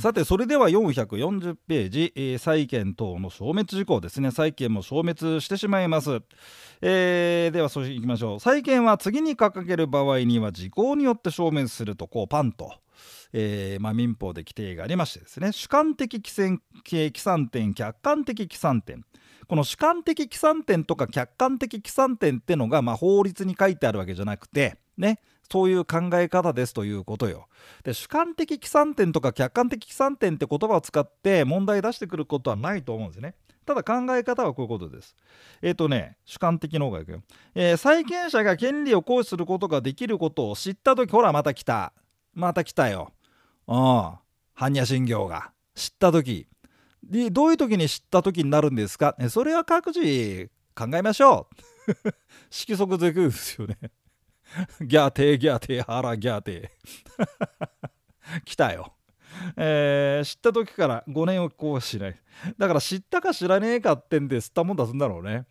さてそれでは440ページ、債権等の消滅事項ですね。債権も消滅してしまいます。ではそしていきましょう。債権は次に掲げる場合には時効によって消滅するとこうパンと、民法で規定がありましてですね、主観的起算点、客観的起算点、この主観的起算点とか客観的起算点ってのが、法律に書いてあるわけじゃなくてね、そういう考え方ですということよ。で、主観的起算点とか客観的起算点って言葉を使って問題出してくることはないと思うんですね。ただ考え方はこういうことです。主観的の方がいくよ。債権者が権利を行使することができることを知ったとき、ほらまた来たよ。般若心経が知ったときで、どういう時に知った時になるんですか。それは各自考えましょう。色即是空ですよね。ギャーテーギャーテーハラギャーテー来たよ。知った時から5年をこうしない。だから知ったか知らねえかってんで吸ったもん出すんだろうね。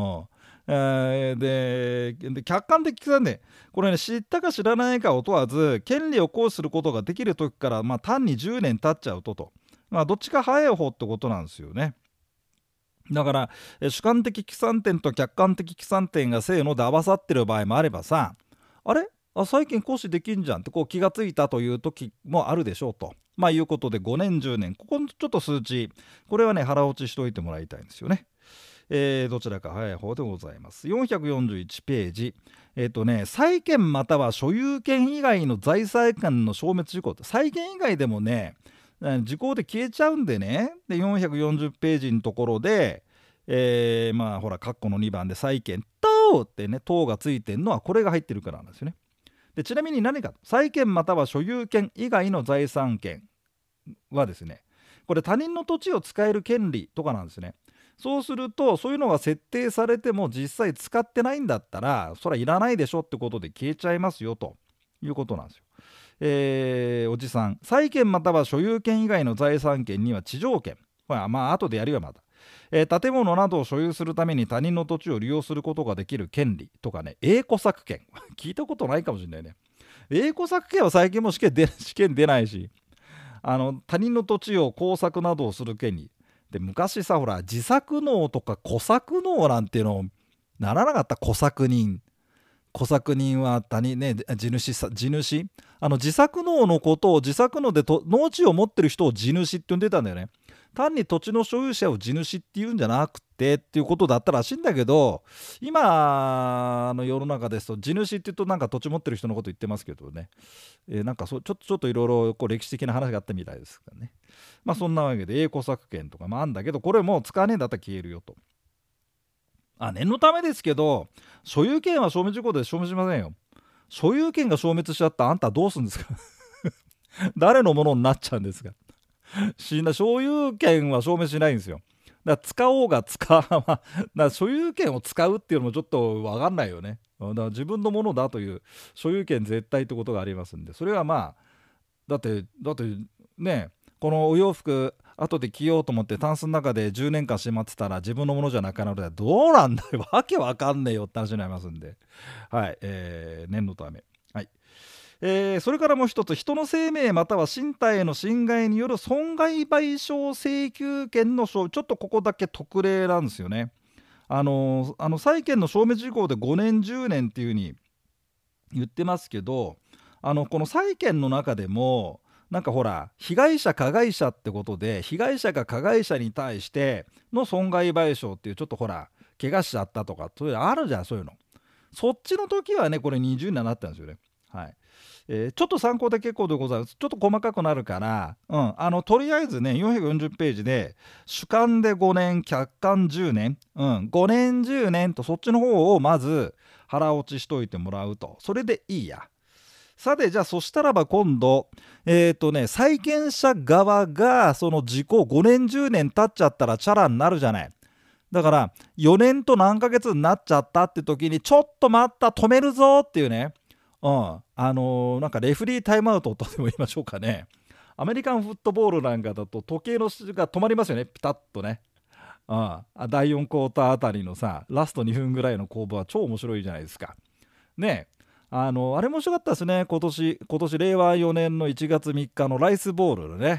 で客観的算点、これね、知ったか知らないかを問わず権利を行使することができる時から、単に10年経っちゃうとどっちか早い方ってことなんですよね。だから主観的起算点と客観的起算点がせーので合わさってる場合もあればさ、あれ債権行使できんじゃんってこう気がついたという時もあるでしょうと、いうことで5年10年、ここのちょっと数値、これはね腹落ちしといてもらいたいんですよね。どちらか早い方でございます。441ページ、債権または所有権以外の財産権の消滅事項って、債権以外でもね時効で消えちゃうんでね。で440ページのところで、ほら括弧の2番で債権等ってね、等がついてるのはこれが入ってるからなんですよね。でちなみに何か、債権または所有権以外の財産権はですね、これ他人の土地を使える権利とかなんですね。そうするとそういうのが設定されても実際使ってないんだったらそれはいらないでしょってことで消えちゃいますよということなんですよ。おじさん、債権または所有権以外の財産権には地上権、これは後でやるよまた、建物などを所有するために他人の土地を利用することができる権利とかね、栄枯作権聞いたことないかもしれないね。栄枯作権は最近も試験出ないし、他人の土地を耕作などをする権利で、昔さほら自作農とか小作農なんていうのならなかった。小作人は他人ね、地主自作農のことを自作農で農地を持ってる人を地主って呼んでたんだよね。単に土地の所有者を地主っていうんじゃなくてっていうことだったらしいんだけど、今の世の中ですと地主って言うとなんか土地持ってる人のこと言ってますけどね、なんかちょっといろいろ歴史的な話があったみたいですからね。そんなわけで栄枯作権とかあんだけど、これもう使わねえんだったら消えるよと。念のためですけど、所有権は消滅事項で消滅しませんよ。所有権が消滅しちゃったらあんたどうするんですか誰のものになっちゃうんですか所有権は消滅しないんですよ。だから使おうが使わだから所有権を使うっていうのもちょっと分かんないよね。だから自分のものだという所有権絶対ってことがありますんで、それはだってね、このお洋服後で着ようと思ってタンスの中で10年間しまってたら自分のものじゃなくなる。どうなんだよ、わけわかんねえよって話になりますんで、はい、念のため。はい、それからもう一つ、人の生命または身体への侵害による損害賠償請求権のちょっとここだけ特例なんですよね。債権の消滅事項で5年10年っていうふうに言ってますけど、この債権の中でもなんかほら被害者加害者ってことで、被害者が加害者に対しての損害賠償っていう、ちょっとほら怪我しちゃったとかそういうのあるじゃん。そういうのそっちの時はねこれ20になったんですよね。はい、ちょっと参考で結構でございます。ちょっと細かくなるから、とりあえずね440ページで主観で5年客観10年、5年10年とそっちの方をまず腹落ちしといてもらうと、それでいいや。さてじゃあそしたらば今度債権者側がその時効5年10年経っちゃったらチャラになるじゃない。だから4年と何ヶ月になっちゃったって時にちょっと待った、止めるぞっていうね、なんかレフリータイムアウトとでも言いましょうかね。アメリカンフットボールなんかだと時計の指が止まりますよね、ピタッとね。第4クォーターあたりのさラスト2分ぐらいの攻防は超面白いじゃないですかね。あれ面白かったですね。今年令和4年の1月3日のライスボールのね、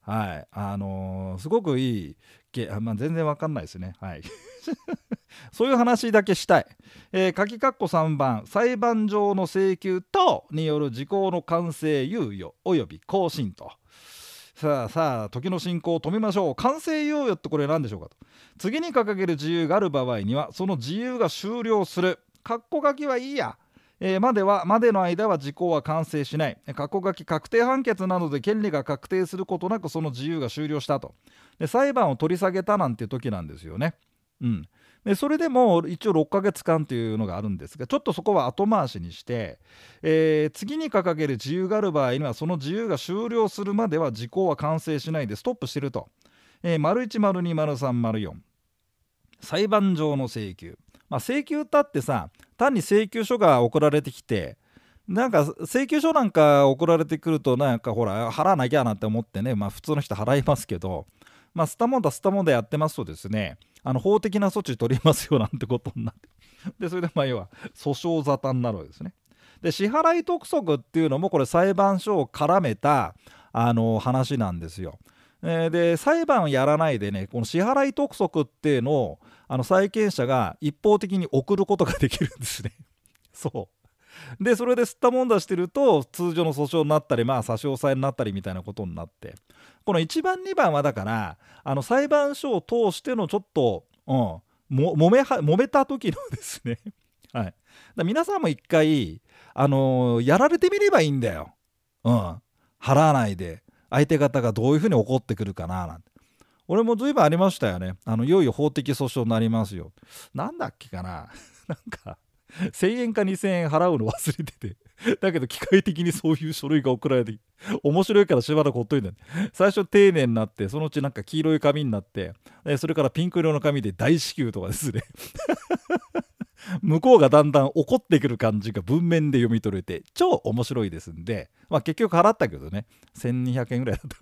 はい、すごくいい全然わかんないですね。はい。そういう話だけしたい。鍵括弧3番、裁判上の請求等による時効の完成猶予及び更新と。さあさあ、時の進行を止めましょう。完成猶予ってこれ何でしょうかと。次に掲げる自由がある場合には、その自由が終了する。括弧書きはいいや。までの間は時効は完成しない。括弧書き確定判決などで権利が確定することなくその自由が終了したと。で裁判を取り下げたなんて時なんですよね。うん。でそれでも一応6ヶ月間というのがあるんですが、ちょっとそこは後回しにして、次に掲げる自由がある場合にはその自由が終了するまでは時効は完成しないでストップしてると。丸1、丸2、丸3、丸4。裁判上の請求。請求だってさ、単に請求書が送られてきて、なんか請求書なんか送られてくるとなんかほら払わなきゃなって思ってね、普通の人払いますけど、スタモンダやってますとですね、法的な措置取りますよなんてことになってでそれで要は訴訟沙汰になるわけですね。で支払い督促っていうのもこれ裁判所を絡めた話なんですよ。で裁判をやらないでね、この支払い督促っていうのを債権者が一方的に送ることができるんですね。そうでそれで吸ったもんだしてると通常の訴訟になったり差し押さえになったりみたいなことになって、この1番2番はだから裁判所を通してのちょっと、揉めた時のですねはい、皆さんも一回やられてみればいいんだよ。払わないで相手方がどういうふうに怒ってくるかななんて。俺も随分ありましたよね。いよいよ法的訴訟になりますよ。なんだっけかななんか1000円か2000円払うの忘れててだけど機械的にそういう書類が送られて面白いからしばらくほっといた。最初丁寧になって、そのうちなんか黄色い紙になって、それからピンク色の紙で大至急とかですね向こうがだんだん怒ってくる感じが文面で読み取れて超面白いですんで、結局払ったけどね、1200円ぐらいだ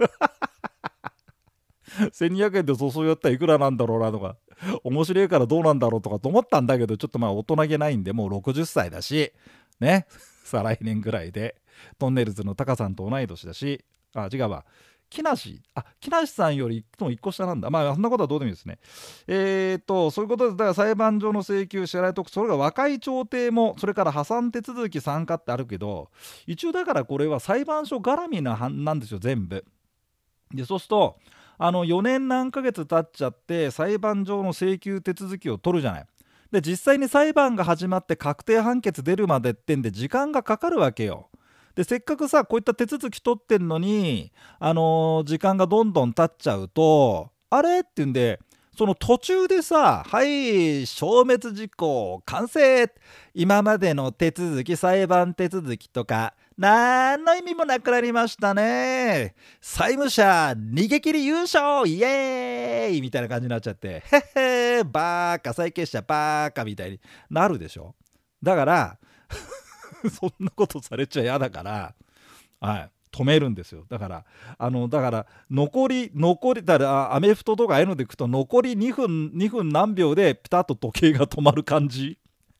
った1200円でそうやったらいくらなんだろうなとか、面白いからどうなんだろうとかと思ったんだけど、ちょっと大人げないんで、もう60歳だしね再来年ぐらいでトンネルズのタカさんと同い年だし、違うわ、木梨さんより1個下なんだ。そんなことはどうでもいいですね。そういうことで、だから裁判上の請求支払いとそれが和解調停も、それから破産手続き参加ってあるけど、一応だからこれは裁判所絡みなんですよ全部。でそうすると4年何ヶ月経っちゃって裁判上の請求手続きを取るじゃない。で実際に裁判が始まって確定判決出るまでってんで時間がかかるわけよ。でせっかくさこういった手続き取ってんのに時間がどんどん経っちゃうとあれっていうんで、その途中でさ、はい消滅事項完成、今までの手続き裁判手続きとか何の意味もなくなりましたね、債務者逃げ切り優勝イエーイみたいな感じになっちゃって、へへバーカ債権者バーカみたいになるでしょ。だからそんなことされちゃ嫌だから、止めるんですよ。だから残りだからアメフトとかああいうのでいくと残り2分何秒でピタッと時計が止まる感じ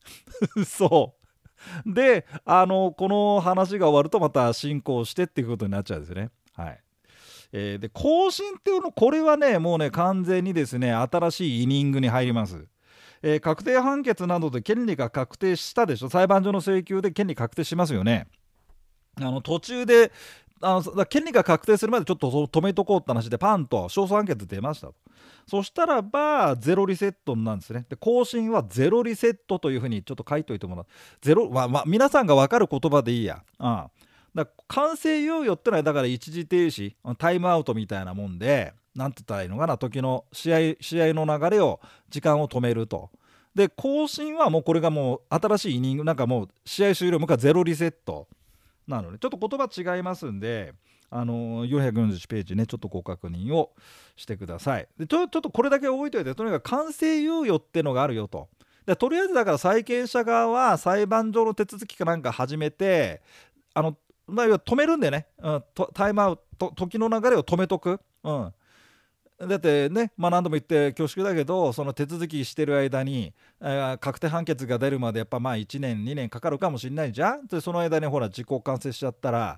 そうでこの話が終わるとまた進行してっていうことになっちゃうんですね。で更新っていうの、これはねもうね完全にですね新しいイニングに入ります。確定判決などで権利が確定したでしょ。裁判所の請求で権利確定しますよね。途中で権利が確定するまでちょっと止めとこうって話でパンと勝訴判決出ましたと。そしたらばゼロリセットなんですね。で更新はゼロリセットというふうにちょっと書いといてもらう。ゼロは、皆さんが分かる言葉でいいや。だ完成猶予ってのはだから一時停止タイムアウトみたいなもんで、なんて言ったらいいのかな、時の試合の流れを時間を止めると。で更新はもうこれがもう新しいイニングなんかもう試合終了もう一回ゼロリセットなので、ちょっと言葉違いますんで441ページねちょっとご確認をしてください。でちょっとこれだけ覚えておいて、とにかく完成猶予ってのがあるよと。でとりあえずだから債権者側は裁判上の手続きかなんか始めて要は止めるんだよね、タイムアウト時の流れを止めとく。だってね、何度も言って恐縮だけど、その手続きしてる間に、確定判決が出るまでやっぱ1年2年かかるかもしれないじゃん。でその間にほら時効完成しちゃったら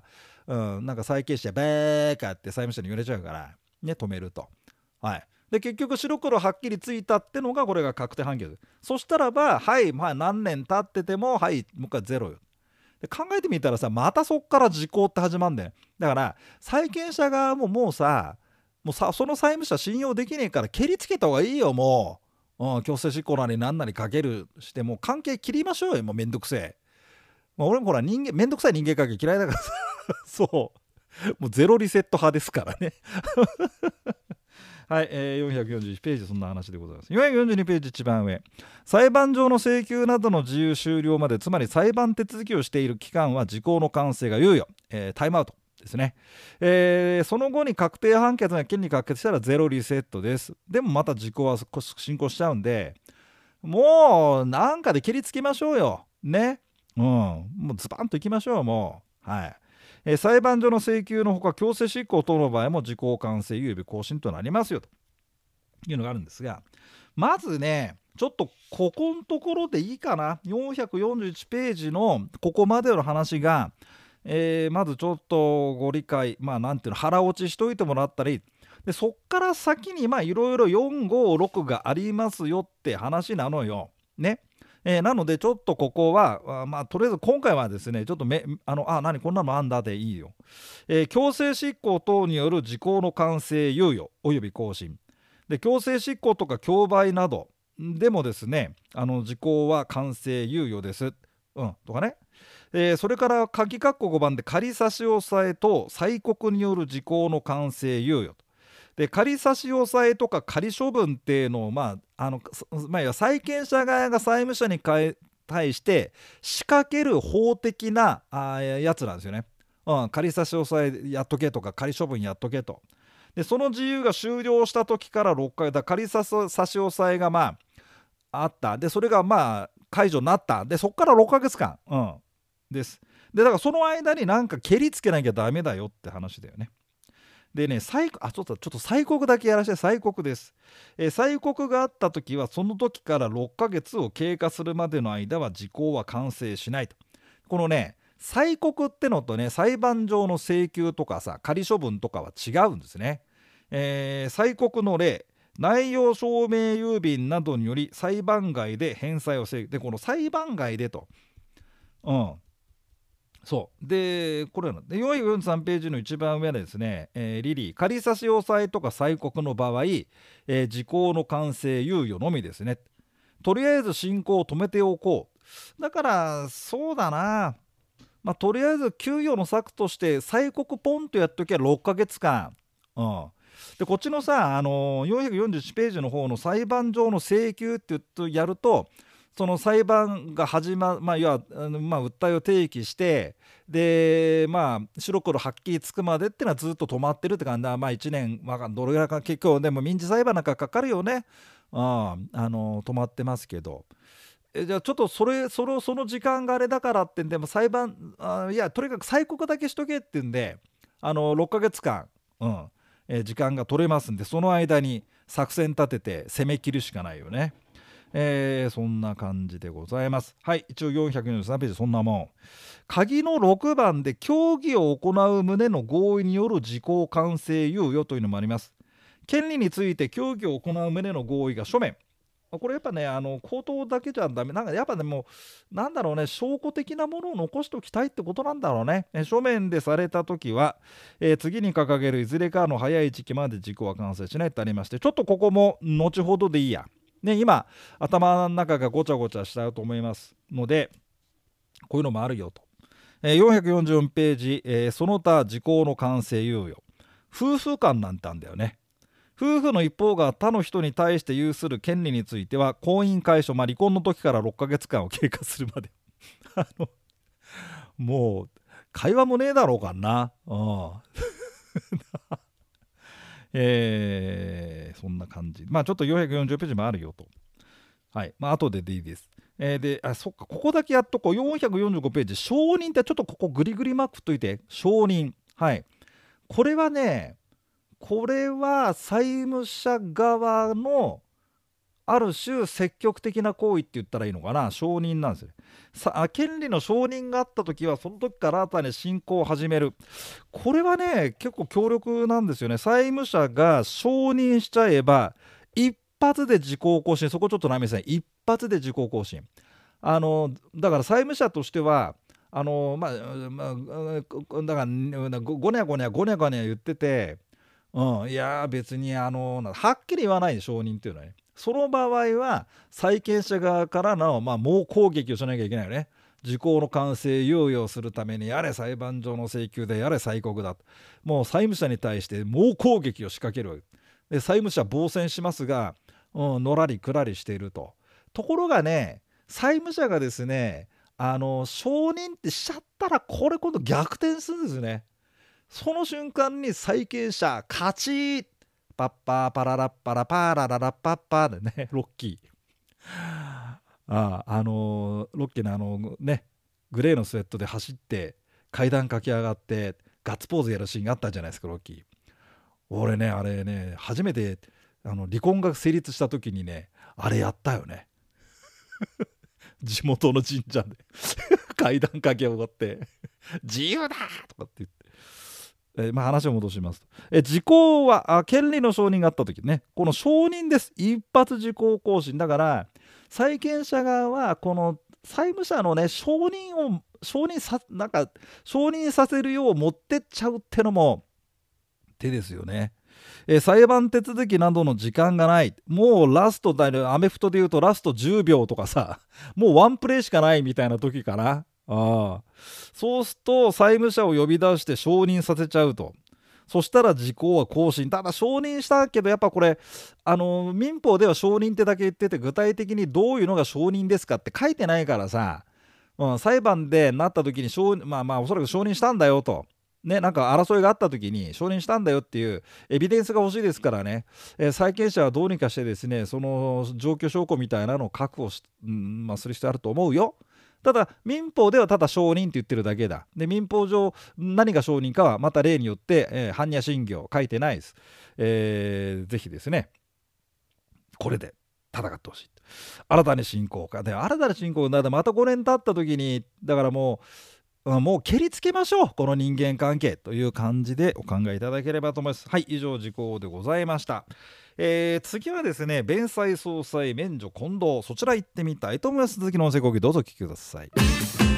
なんか債権者べーかって債務者に言われちゃうからね、止めると。はい。で結局白黒はっきりついたってのがこれが確定判決。そしたらばはい、まあ何年経っててもはいもう一回ゼロよ。で考えてみたらさ、またそっから時効って始まんだよ。だから債権者側ももうさ、その債務者信用できねえから蹴りつけた方がいいよもう、強制執行なりなんなりかけるしてもう関係切りましょうよ、もうめんどくせえ。俺もほらめんどくさい人間関係嫌いだからさそうもうゼロリセット派ですからねはい、441ページそんな話でございます。442ページ一番上、裁判上の請求などの自由終了まで、つまり裁判手続きをしている期間は時効の完成が猶予、タイムアウトですね。その後に確定判決が権利確決したらゼロリセットです。でもまた時効は進行しちゃうんで、もうなんかで切りつけましょうよね。もうズバンといきましょうもう。はい。裁判所の請求のほか強制執行等の場合も時効完成猶予更新となりますよというのがあるんですが、まずねちょっとここのところでいいかな、441ページのここまでの話が、まずちょっとご理解、なんていうの、腹落ちしといてもらったり、でそっから先にいろいろ456がありますよって話なのよね。なのでちょっとここはとりあえず今回はですねちょっと何こんなのあんだでいいよ、強制執行等による時効の完成猶予および更新で、強制執行とか競売などでもですね時効は完成猶予です、とかね、それから鍵括弧5番で仮差し押さえと催告による時効の完成猶予で、仮差し押さえとか仮処分っていうのを債権者側が債務者に対して仕掛ける法的なやつなんですよね。仮差し押さえやっとけとか仮処分やっとけと。でその自由が終了した時から6ヶ月だ、仮差し押さえがあったで、それが解除になったで、そこから6ヶ月間、ですで、だからその間になんか蹴りつけなきゃダメだよって話だよね。でね、ちょっと催告だけやらせて、催告です。催告があった時はその時から6ヶ月を経過するまでの間は時効は完成しないと。このね催告ってのとね裁判上の請求とかさ仮処分とかは違うんですね。催告の例、内容証明郵便などにより裁判外で返済を請求で、この裁判外でと、そうでこれなので443ページの一番上でですね、リリー仮差し押さえとか催告の場合、時効の完成猶予のみですね。とりあえず進行を止めておこう。だからそうだな、とりあえず給与の策として催告ポンとやっときゃ6ヶ月間、でこっちのさ441ページの方の裁判上の請求ってやると、その裁判が始まる、要は訴えを提起してで白黒はっきりつくまでっていうのはずっと止まってるって感じだ。1年どれぐらいか、結構でも民事裁判なんかかかるよね。止まってますけど、じゃあちょっとその時間があれだからってんでも裁判いやとにかく催告だけしとけってんで6ヶ月間、時間が取れますんで、その間に作戦立てて攻め切るしかないよね。そんな感じでございます。はい、一応443ページそんなもん。鍵の6番で協議を行う旨の合意による時効完成猶予というのもあります。権利について協議を行う旨の合意が書面、これやっぱね口頭だけじゃダメ、なんかやっぱでもなんだろうね、証拠的なものを残しておきたいってことなんだろうね。書面でされた時は、次に掲げるいずれかの早い時期まで時効は完成しないとありまして、ちょっとここも後ほどでいいやね、今頭の中がごちゃごちゃしちゃうと思いますので、こういうのもあるよと。444ページ、その他時効の完成猶予、夫婦間なんてあんだよね。夫婦の一方が他の人に対して有する権利については婚姻解消、離婚の時から6ヶ月間を経過するまでもう会話もねえだろうかなそんな感じ。ちょっと440ページもあるよと。はい。後でいいです。そっか、ここだけやっとこう。445ページ、承認ってちょっとここグリグリマークといて、承認。はい。これはね、これは債務者側のある種積極的な行為って言ったらいいのかな、承認なんですよ。権利の承認があった時はその時から新たに進行を始める。これはね結構強力なんですよね。債務者が承認しちゃえば一発で時効更新、そこちょっとなめさん、一発で時効更新。だから債務者としてはだからごにゃごにゃごにゃごにゃ言ってて、いや別にはっきり言わないで承認っていうのはね、その場合は債権者側からの、猛攻撃をしなきゃいけないよね。時効の完成猶予するためにやれ裁判所の請求でやれ催告だ、もう債務者に対して猛攻撃を仕掛ける。で債務者は防戦しますが、のらりくらりしていると。ところがね、債務者がですね承認ってしちゃったらこれ今度逆転するんですね。その瞬間に債権者勝ち、パッパーパララッパラパーラララッパッパーでね、ロッキー。ロッキーのねグレーのスウェットで走って階段駆け上がってガッツポーズやるシーンがあったじゃないですか、ロッキー。俺ねあれね初めて離婚が成立した時にねあれやったよね。地元の神社で階段駆け上がって自由だとかって言って、話を戻しますと、時効は権利の承認があった時ね、この承認です。一発時効更新だから、債権者側はこの債務者のね承認させるよう持ってっちゃうってのも手ですよね。裁判手続きなどの時間がない、もうラストだよ、アメフトでいうとラスト10秒とかさ、もうワンプレーしかないみたいな時かな。そうすると債務者を呼び出して承認させちゃうと。そしたら時効は更新。ただ承認したけどやっぱこれ民法では承認ってだけ言ってて、具体的にどういうのが承認ですかって書いてないからさ、裁判でなった時におそらく承認したんだよと。ね、なんか争いがあった時に承認したんだよっていうエビデンスが欲しいですからね、債権者はどうにかしてですねその状況証拠みたいなのを確保する必要あると思うよ。ただ民法ではただ承認って言ってるだけだ。で民法上何が承認かはまた例によって、般若心経書いてないです。ぜひですねこれで戦ってほしい。新たに信仰かで、新たに信仰だまた5年経った時にだからもう蹴りつけましょう、この人間関係という感じでお考えいただければと思います。はい、以上時効でございました。次はですね弁済総裁免除混同、そちら行ってみたいと思います。続きの音声講義どうぞお聞きください。